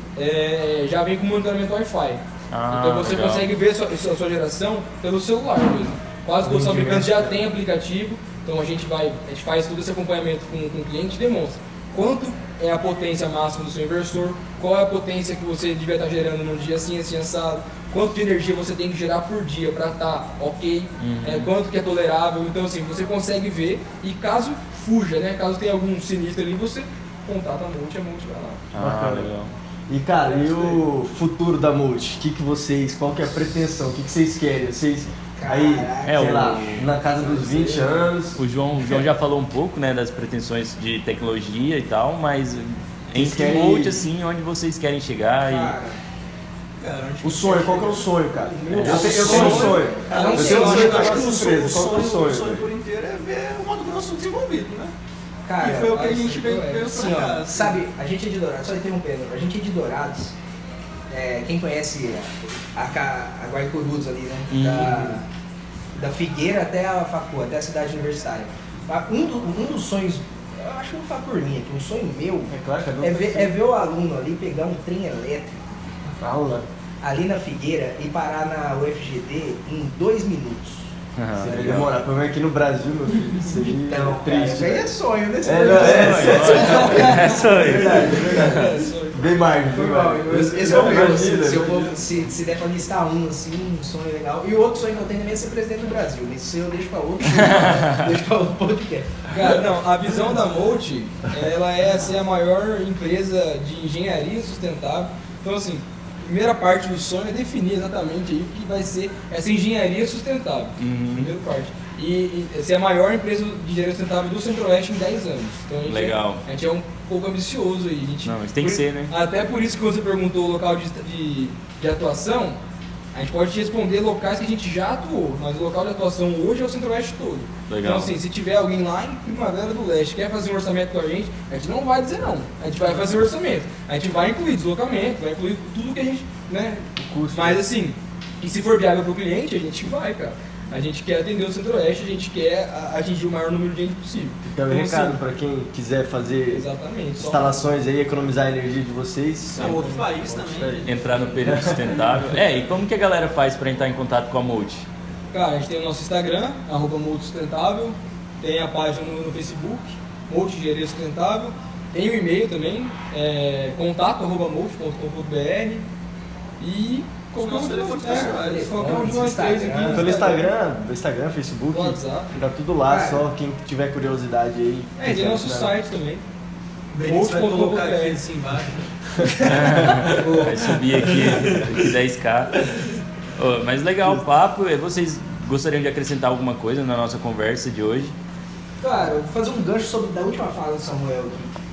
já vem com monitoramento Wi-Fi. Então, você consegue ver a sua geração pelo celular mesmo. Quase todos os fabricantes já têm aplicativo, então a gente faz todo esse acompanhamento com o cliente e demonstra quanto é a potência máxima do seu inversor, qual é a potência que você devia estar gerando num dia assim, assado, quanto de energia você tem que gerar por dia para estar ok, quanto que é tolerável. Então, assim, você consegue ver e caso fuja, né, caso tenha algum sinistro ali, você contata a Multi vai lá. Legal. E, cara, e o futuro da Multi? Qual que é a pretensão? O que vocês querem? Aí, sei lá, na casa dos 20 anos. O João já falou um pouco, né, das pretensões de tecnologia e tal, mas entre Multi, assim, onde vocês querem chegar o sonho, qual que é o sonho, cara? Eu tenho um sonho. Eu tenho um sonho da nossa empresa. Qual que é o sonho? O sonho por inteiro é ver o Mato Grosso desenvolvido, né? Cara, e foi o que a gente veio pra cá. Sabe, a gente é de Dourados, só interrompendo, a gente é de Dourados. Quem conhece a Guaicurus ali, né? Da Figueira até a Facu, até a cidade universitária. Um dos sonhos, eu acho que não falo por mim aqui, um sonho meu é ver o aluno ali pegar um trem elétrico ali na Figueira e parar na UFGD em 2 minutos. Você vai demorar. Pra mim aqui no Brasil, meu filho, seria triste. Cara, é sonho, né? É sonho. Verdade. Bem mais, Foi mal. Esse é o meu, assim, se der pra listar um, assim, um sonho legal. E o outro sonho que eu tenho também é ser presidente do Brasil. Mas isso eu deixo pra outro, deixo pra outro podcast. Cara, não, a visão da Molt, ela é ser a maior empresa de engenharia sustentável. Então, assim, a primeira parte do sonho é definir exatamente aí o que vai ser essa engenharia sustentável. Primeira parte. E ser a maior empresa de engenharia sustentável do Centro-Oeste em 10 anos. Então, a gente é um pouco ambicioso aí. Não, isso tem que ser, né? Até por isso que você perguntou o local de atuação, a gente pode te responder locais que a gente já atuou, mas o local de atuação hoje é o Centro-Oeste todo. Legal. Então, assim, se tiver alguém lá em Primavera do Leste quer fazer um orçamento com a gente não vai dizer não. A gente vai fazer o orçamento. A gente vai incluir deslocamento, vai incluir tudo que a gente, né? Mas assim, e se for viável para o cliente, a gente vai, cara. A gente quer atender o Centro-Oeste, a gente quer atingir o maior número de gente possível. Então, recado para quem quiser fazer instalações aí, economizar a energia de vocês. É outro país também. Entrar no período sustentável. E como que a galera faz para entrar em contato com a Molt? Cara, a gente tem o nosso Instagram, @Molt Sustentável, tem a página no Facebook, Molt Engenharia Sustentável, tem o e-mail também, contato@molt.com.br e qualquer um de nós três aqui. Pelo Instagram, Facebook, WhatsApp. tá tudo lá, só quem tiver curiosidade aí. Tem nosso site também. Benítez vai colocar aqui assim embaixo. Vai subir aqui 10k. Mas legal o papo. Vocês gostariam de acrescentar alguma coisa na nossa conversa de hoje? Cara, eu vou fazer um gancho da última fala do Samuel aqui.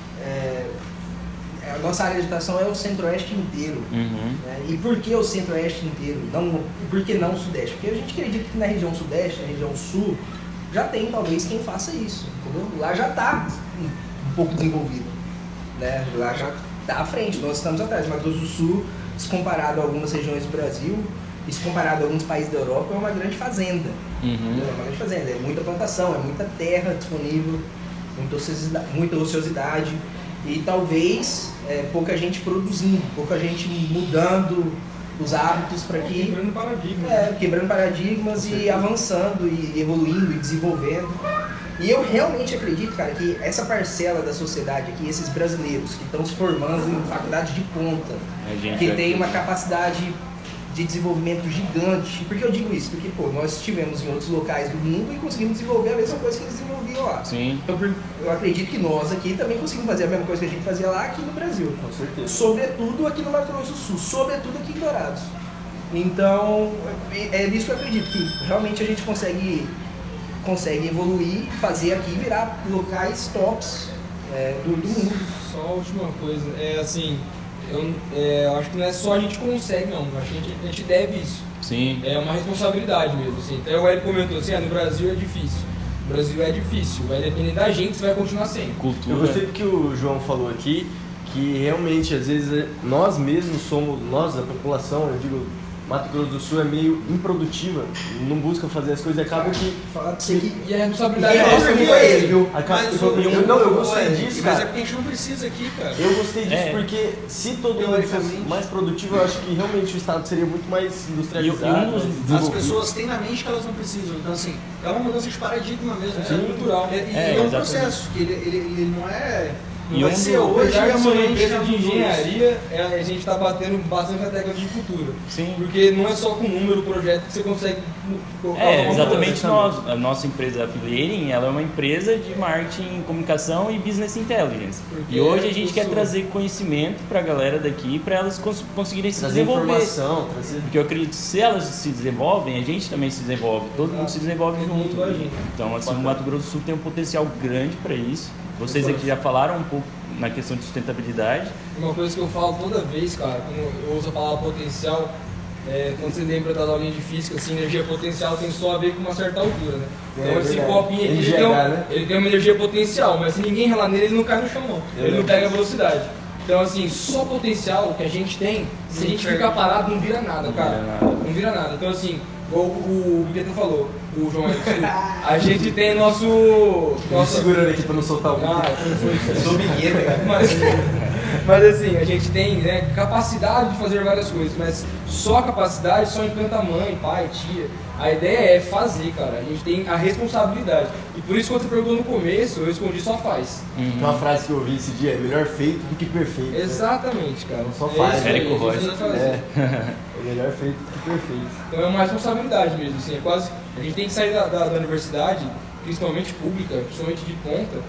A nossa área de atuação é o Centro-Oeste inteiro. Né? E por que o Centro-Oeste inteiro? Por que não o Sudeste? Porque a gente acredita que na região Sudeste, na região Sul, já tem talvez quem faça isso. Entendeu? Lá já está um pouco desenvolvido. Né? Lá já está à frente, nós estamos atrás. Mato Grosso do Sul, se comparado a algumas regiões do Brasil, e se comparado a alguns países da Europa, é uma grande fazenda. É uma grande fazenda, é muita plantação, é muita terra disponível, muita ociosidade. E talvez pouca gente produzindo, pouca gente mudando os hábitos para que... Quebrando paradigmas. Quebrando paradigmas e avançando e evoluindo e desenvolvendo. E eu realmente acredito, cara, que essa parcela da sociedade aqui, esses brasileiros que estão se formando em faculdade de ponta, que tem uma capacidade de desenvolvimento gigante. Por que eu digo isso? Porque, nós estivemos em outros locais do mundo e conseguimos desenvolver a mesma coisa que eles desenvolviam lá. Sim. Então, eu acredito que nós aqui também conseguimos fazer a mesma coisa que a gente fazia lá aqui no Brasil. Com certeza. Sobretudo aqui no Mato Grosso do Sul, sobretudo aqui em Dourados. Então, é nisso que eu acredito, que realmente a gente consegue evoluir, fazer aqui virar locais tops do mundo. Só a última coisa, eu acho que não é só a gente consegue, não. Acho que a gente deve isso. Sim. É uma responsabilidade mesmo. Assim. Até o Hélio comentou assim, no Brasil é difícil. No Brasil é difícil. Vai depender da gente se vai continuar sendo. Cultura. Eu gostei do que o João falou aqui, que realmente, às vezes, nós mesmos somos, a população, eu digo, Mato Grosso do Sul é meio improdutiva, não busca fazer as coisas e acaba que... E a responsabilidade é nossa com ele, viu? Eu gostei disso, cara. Mas é porque a gente não precisa aqui, cara. Eu gostei disso porque se todo mundo fosse mais produtivo, eu acho que realmente o Estado seria muito mais industrializado. As pessoas têm na mente que elas não precisam, então assim, é uma mudança de paradigma mesmo, cultural. E é um processo, que ele não é... E vai ser hoje é uma empresa de engenharia, a gente está batendo bastante na tecla de futuro. Sim. Porque não é só com número, projeto que você consegue colocar exatamente a nossa empresa Affiliating, ela é uma empresa de marketing, comunicação e business intelligence. Porque e hoje a gente quer trazer conhecimento para a galera daqui, para elas conseguirem se desenvolver. Porque eu acredito que se elas se desenvolvem, a gente também se desenvolve, todo mundo se desenvolve junto. Então, assim, o Mato Grosso do Sul tem um potencial grande para isso. Vocês aqui já falaram um pouco na questão de sustentabilidade. Uma coisa que eu falo toda vez, cara, quando eu uso a palavra potencial, quando você lembra das aulinhas de física, assim, energia potencial tem só a ver com uma certa altura, né? Então esse copinho aqui, ele tem uma energia potencial, mas se ninguém ralar nele, ele não cai no chão não, ele não pega a velocidade. Então assim, só potencial que a gente tem, se a gente ficar parado, não vira nada, cara. Não vira nada. Então assim, igual o Pietro falou, o João, a gente tem nosso... Segurando aqui pra não soltar o sou bigueta, cara. Mas assim, a gente tem, né, capacidade de fazer várias coisas, mas só a capacidade só encanta mãe, pai, tia. A ideia é fazer, cara. A gente tem a responsabilidade. E por isso, quando você perguntou no começo, eu respondi só faz. Uma frase que eu ouvi esse dia é melhor feito do que perfeito. Exatamente, cara. Só faz. Érico Rocha. É melhor feito do que perfeito. Então é uma responsabilidade mesmo, assim, é quase... A gente tem que sair da universidade, principalmente pública, principalmente de ponta,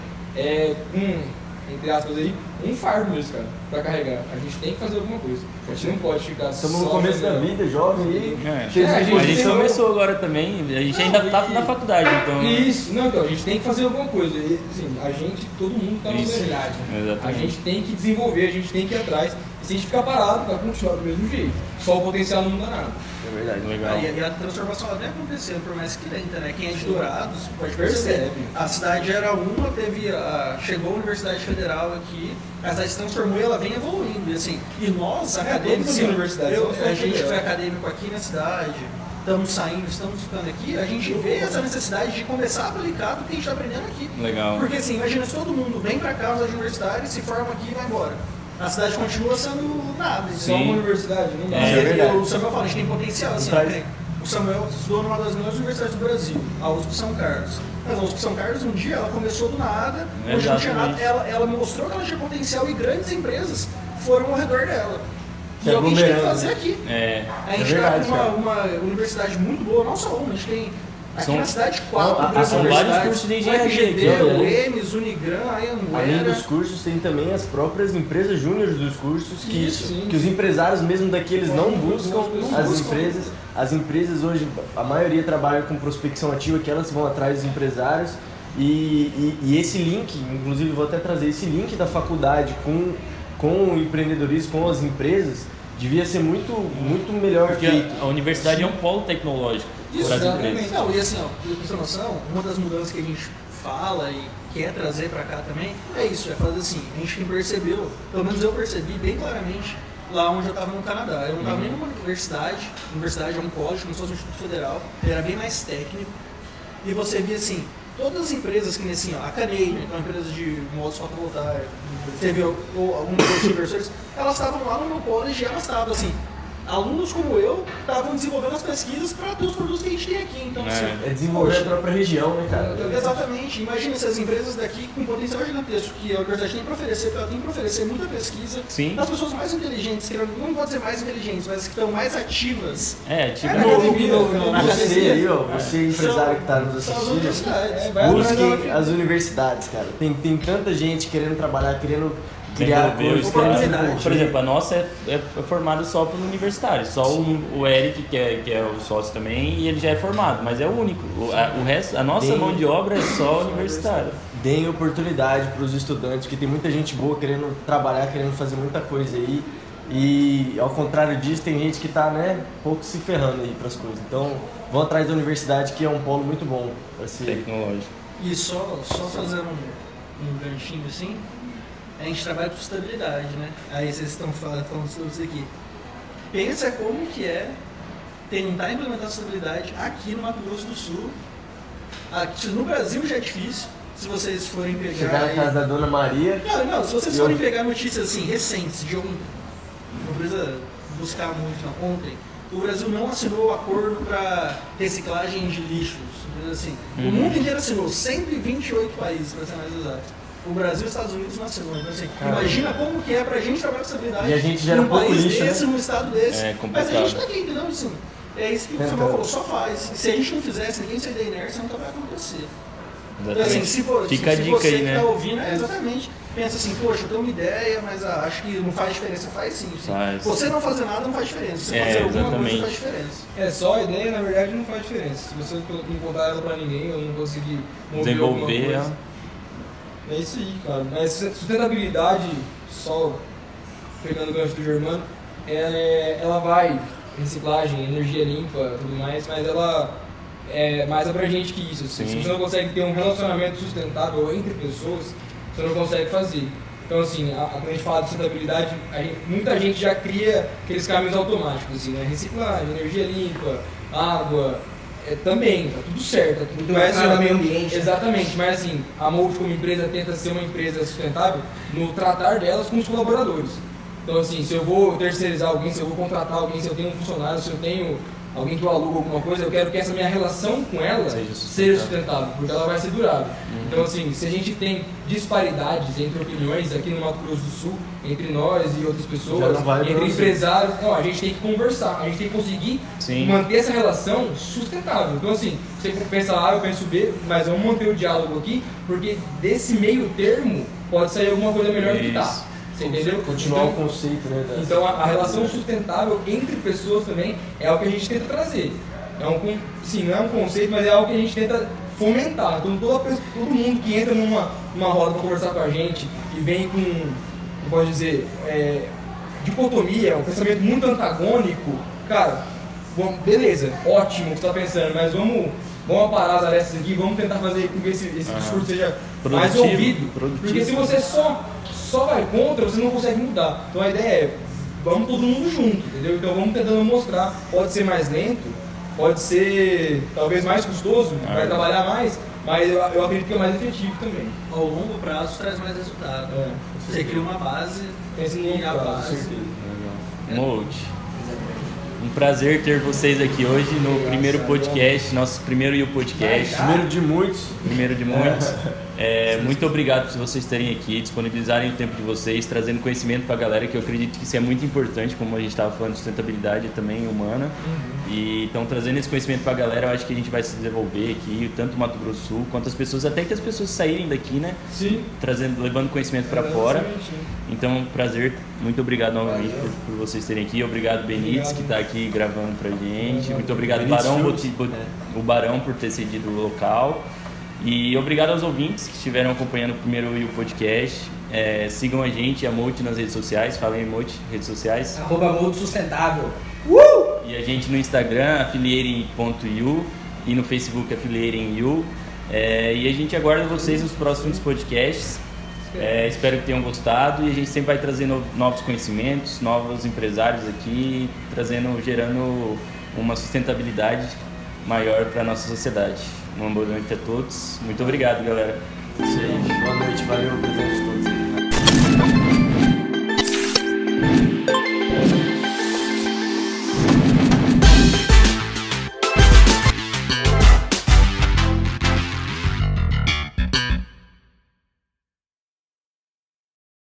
entre aspas aí, um fardo mesmo, cara, pra carregar. A gente tem que fazer alguma coisa. A gente não pode ficar Estamos só no começo da fazendo... vida, jovem aí. A gente começou agora também, a gente ainda tá na faculdade, então... Isso, não, então, a gente tem que fazer alguma coisa. E, assim, a gente, todo mundo tá na universidade. A gente tem que desenvolver, a gente tem que ir atrás. E se a gente ficar parado, vai continuar do mesmo jeito. Só o potencial não muda nada. É verdade. Legal. E a transformação ela vem acontecendo, por mais que lenta, né? Quem é de Dourados pode perceber. A cidade era uma, chegou a Universidade Federal aqui, a cidade se transformou e ela vem evoluindo. E, assim, e nós, acadêmicos, a gente foi acadêmico aqui na cidade, estamos saindo, estamos ficando aqui, a gente vê essa necessidade de começar a aplicar do que a gente está aprendendo aqui. Legal. Porque assim, imagina se todo mundo vem para cá, os universitários, se forma aqui e vai embora. A cidade continua sendo nada. Só uma universidade, não dá. O Samuel fala, a gente tem potencial, assim, o Samuel estudou numa das melhores universidades do Brasil, a USP São Carlos. Mas a USP São Carlos, um dia, ela começou do nada, hoje não tinha nada, ela mostrou que ela tinha potencial e grandes empresas foram ao redor dela. E é o que a gente tem que fazer aqui. A gente está com uma universidade muito boa, não só uma, a gente tem aqui na cidade 4 são vários cursos de engenharia FGD, aqui, o EMS, Unigran, a Anguera. Além dos cursos, tem também as próprias empresas júniores dos cursos, que os empresários mesmo daqui, eles não buscam as empresas. As empresas hoje, a maioria trabalha com prospecção ativa, que elas vão atrás dos empresários. E esse link, inclusive vou até trazer esse link da faculdade com o empreendedorismo, com as empresas, devia ser muito melhor feito. A universidade é um polo tecnológico para as empresas. Não, e assim, pra você ter noção, uma das mudanças que a gente fala e quer trazer para cá também é isso, é fazer assim, a gente percebeu, pelo menos eu percebi bem claramente, lá onde eu estava no Canadá. Eu não estava nem numa universidade é um college, como se fosse um instituto federal, ele era bem mais técnico, e você via assim, todas as empresas que nem assim, a Canadian, que é uma empresa de modos fotovoltaicos, teve alguns outros inversores, elas estavam lá no meu college e elas estavam assim, alunos como eu estavam desenvolvendo as pesquisas para ter os produtos que a gente tem aqui. Então, assim, desenvolver a própria região, né, cara? Exatamente. Imagina se as empresas daqui com potencial gigantesco que a universidade tem para oferecer, porque ela tem para oferecer muita pesquisa das pessoas mais inteligentes, que não pode dizer mais inteligentes, mas que estão mais ativas. Você aí, ó, você empresário que está nos assistindo, busquem as universidades, cara. Tem tanta gente querendo trabalhar, querendo criar coisas. Por exemplo, a nossa é formada só pelo universitário. Só o Eric, que é o sócio também, e ele já é formado, mas é o único. O resto, a nossa mão de obra é só universitária. Deem oportunidade para os estudantes, porque tem muita gente boa querendo trabalhar, querendo fazer muita coisa aí. E ao contrário disso, tem gente que está, pouco se ferrando aí para as coisas. Então, vão atrás da universidade, que é um polo muito bom para ser tecnológico. E só fazendo um ganchinho assim, a gente trabalha com sustentabilidade, né? Aí vocês estão falando sobre isso aqui. Pensa como que é tentar implementar sustentabilidade aqui no Mato Grosso do Sul. Aqui, no Brasil já é difícil, se vocês forem pegar... Chegar na casa da Dona Maria... Não, se vocês forem pegar notícias assim, recentes, de não precisa buscar muito, não. Ontem, o Brasil não assinou o acordo para reciclagem de lixos. Assim, o mundo inteiro assinou, 128 países, para ser mais exato. O Brasil e os Estados Unidos não assinou. Então, assim, imagina como que é pra gente trabalhar com estabilidade e a gente gera num país lixo, desse, num estado desse. É complicado. Mas a gente tá aqui, entendeu? Assim, é isso que o Samuel falou, só faz. E se a gente não fizesse, ninguém sair da inércia, nunca vai acontecer. Então, assim, se Fica a dica você aí, que né? tá ouvindo, exatamente, pensa assim, poxa, eu tenho uma ideia, mas acho que não faz diferença. Faz sim. Faz. Você não fazer nada não faz diferença. Você fazer alguma coisa faz diferença. Só a ideia, na verdade, não faz diferença. Se você não contar ela pra ninguém, ou não conseguir desenvolver é isso aí, cara. Mas sustentabilidade, só pegando o gancho do Germano, ela vai, reciclagem, energia limpa, tudo mais, mas ela é mais abrangente que isso. Assim. Se você não consegue ter um relacionamento sustentável entre pessoas, você não consegue fazer. Então, assim, quando a gente fala de sustentabilidade, muita gente já cria aqueles caminhos automáticos, assim, né? Reciclagem, energia limpa, água, também, tá tudo certo, tá tudo Mas é meio ambiente. Exatamente, mas assim, a Molt como empresa tenta ser uma empresa sustentável no tratar delas com os colaboradores. Então assim, se eu vou terceirizar alguém, se eu vou contratar alguém, se eu tenho um funcionário, se eu tenho alguém que eu alugo alguma coisa, eu quero que essa minha relação com ela seja sustentável, porque ela vai ser durável. Então assim, se a gente tem disparidades entre opiniões aqui no Mato Grosso do Sul, entre nós e outras pessoas, entre empresários, não, a gente tem que conversar, a gente tem que conseguir manter essa relação sustentável. Então assim, você pensa A, eu penso B, mas vamos manter o diálogo aqui, porque desse meio termo pode sair alguma coisa melhor do que tá. Você entendeu? Continuar o conceito, né? Então a relação sustentável entre pessoas também é o que a gente tenta trazer. Sim, não é um conceito, mas é algo que a gente tenta fomentar. Então todo mundo que entra numa roda para conversar com a gente e vem com, como pode dizer, dicotomia, um pensamento muito antagônico, cara, beleza, ótimo o que você está pensando, mas vamos aparar as arestas aqui, vamos tentar fazer com que esse discurso seja mais ouvido. Porque se você só vai contra, você não consegue mudar. Então a ideia é, vamos todo mundo junto, entendeu? Então vamos tentando mostrar, pode ser mais lento, pode ser talvez mais custoso, vai trabalhar mais, mas eu acredito que é mais efetivo também. Ao longo prazo traz mais resultado. Você cria uma base e a base. Molt. Um prazer ter vocês aqui hoje no primeiro podcast, nosso primeiro You Podcast. Primeiro de muitos. Primeiro de muitos. Muito obrigado por vocês estarem aqui, disponibilizarem o tempo de vocês, trazendo conhecimento para a galera, que eu acredito que isso é muito importante, como a gente estava falando de sustentabilidade também humana. E então, trazendo esse conhecimento para a galera, eu acho que a gente vai se desenvolver aqui, tanto o Mato Grosso do Sul, quanto as pessoas, até que as pessoas saírem daqui, né? Sim. Levando conhecimento para fora. Então, prazer, muito obrigado novamente por vocês terem aqui. Obrigado, Benítez, que está aqui gravando pra gente. Muito obrigado, o Barão, por ter cedido o local. E obrigado aos ouvintes que estiveram acompanhando o primeiro You Podcast. Sigam a gente, a Molt nas redes sociais. Falem Molt, redes sociais. @Molt Sustentável. E a gente no Instagram, afiliating.you, e no Facebook, afiliating.you. E a gente aguarda vocês nos próximos podcasts. Espero que tenham gostado, e a gente sempre vai trazer novos conhecimentos, novos empresários aqui, gerando uma sustentabilidade maior para a nossa sociedade. Uma boa noite a todos. Muito obrigado, galera. Boa noite, valeu, presidente.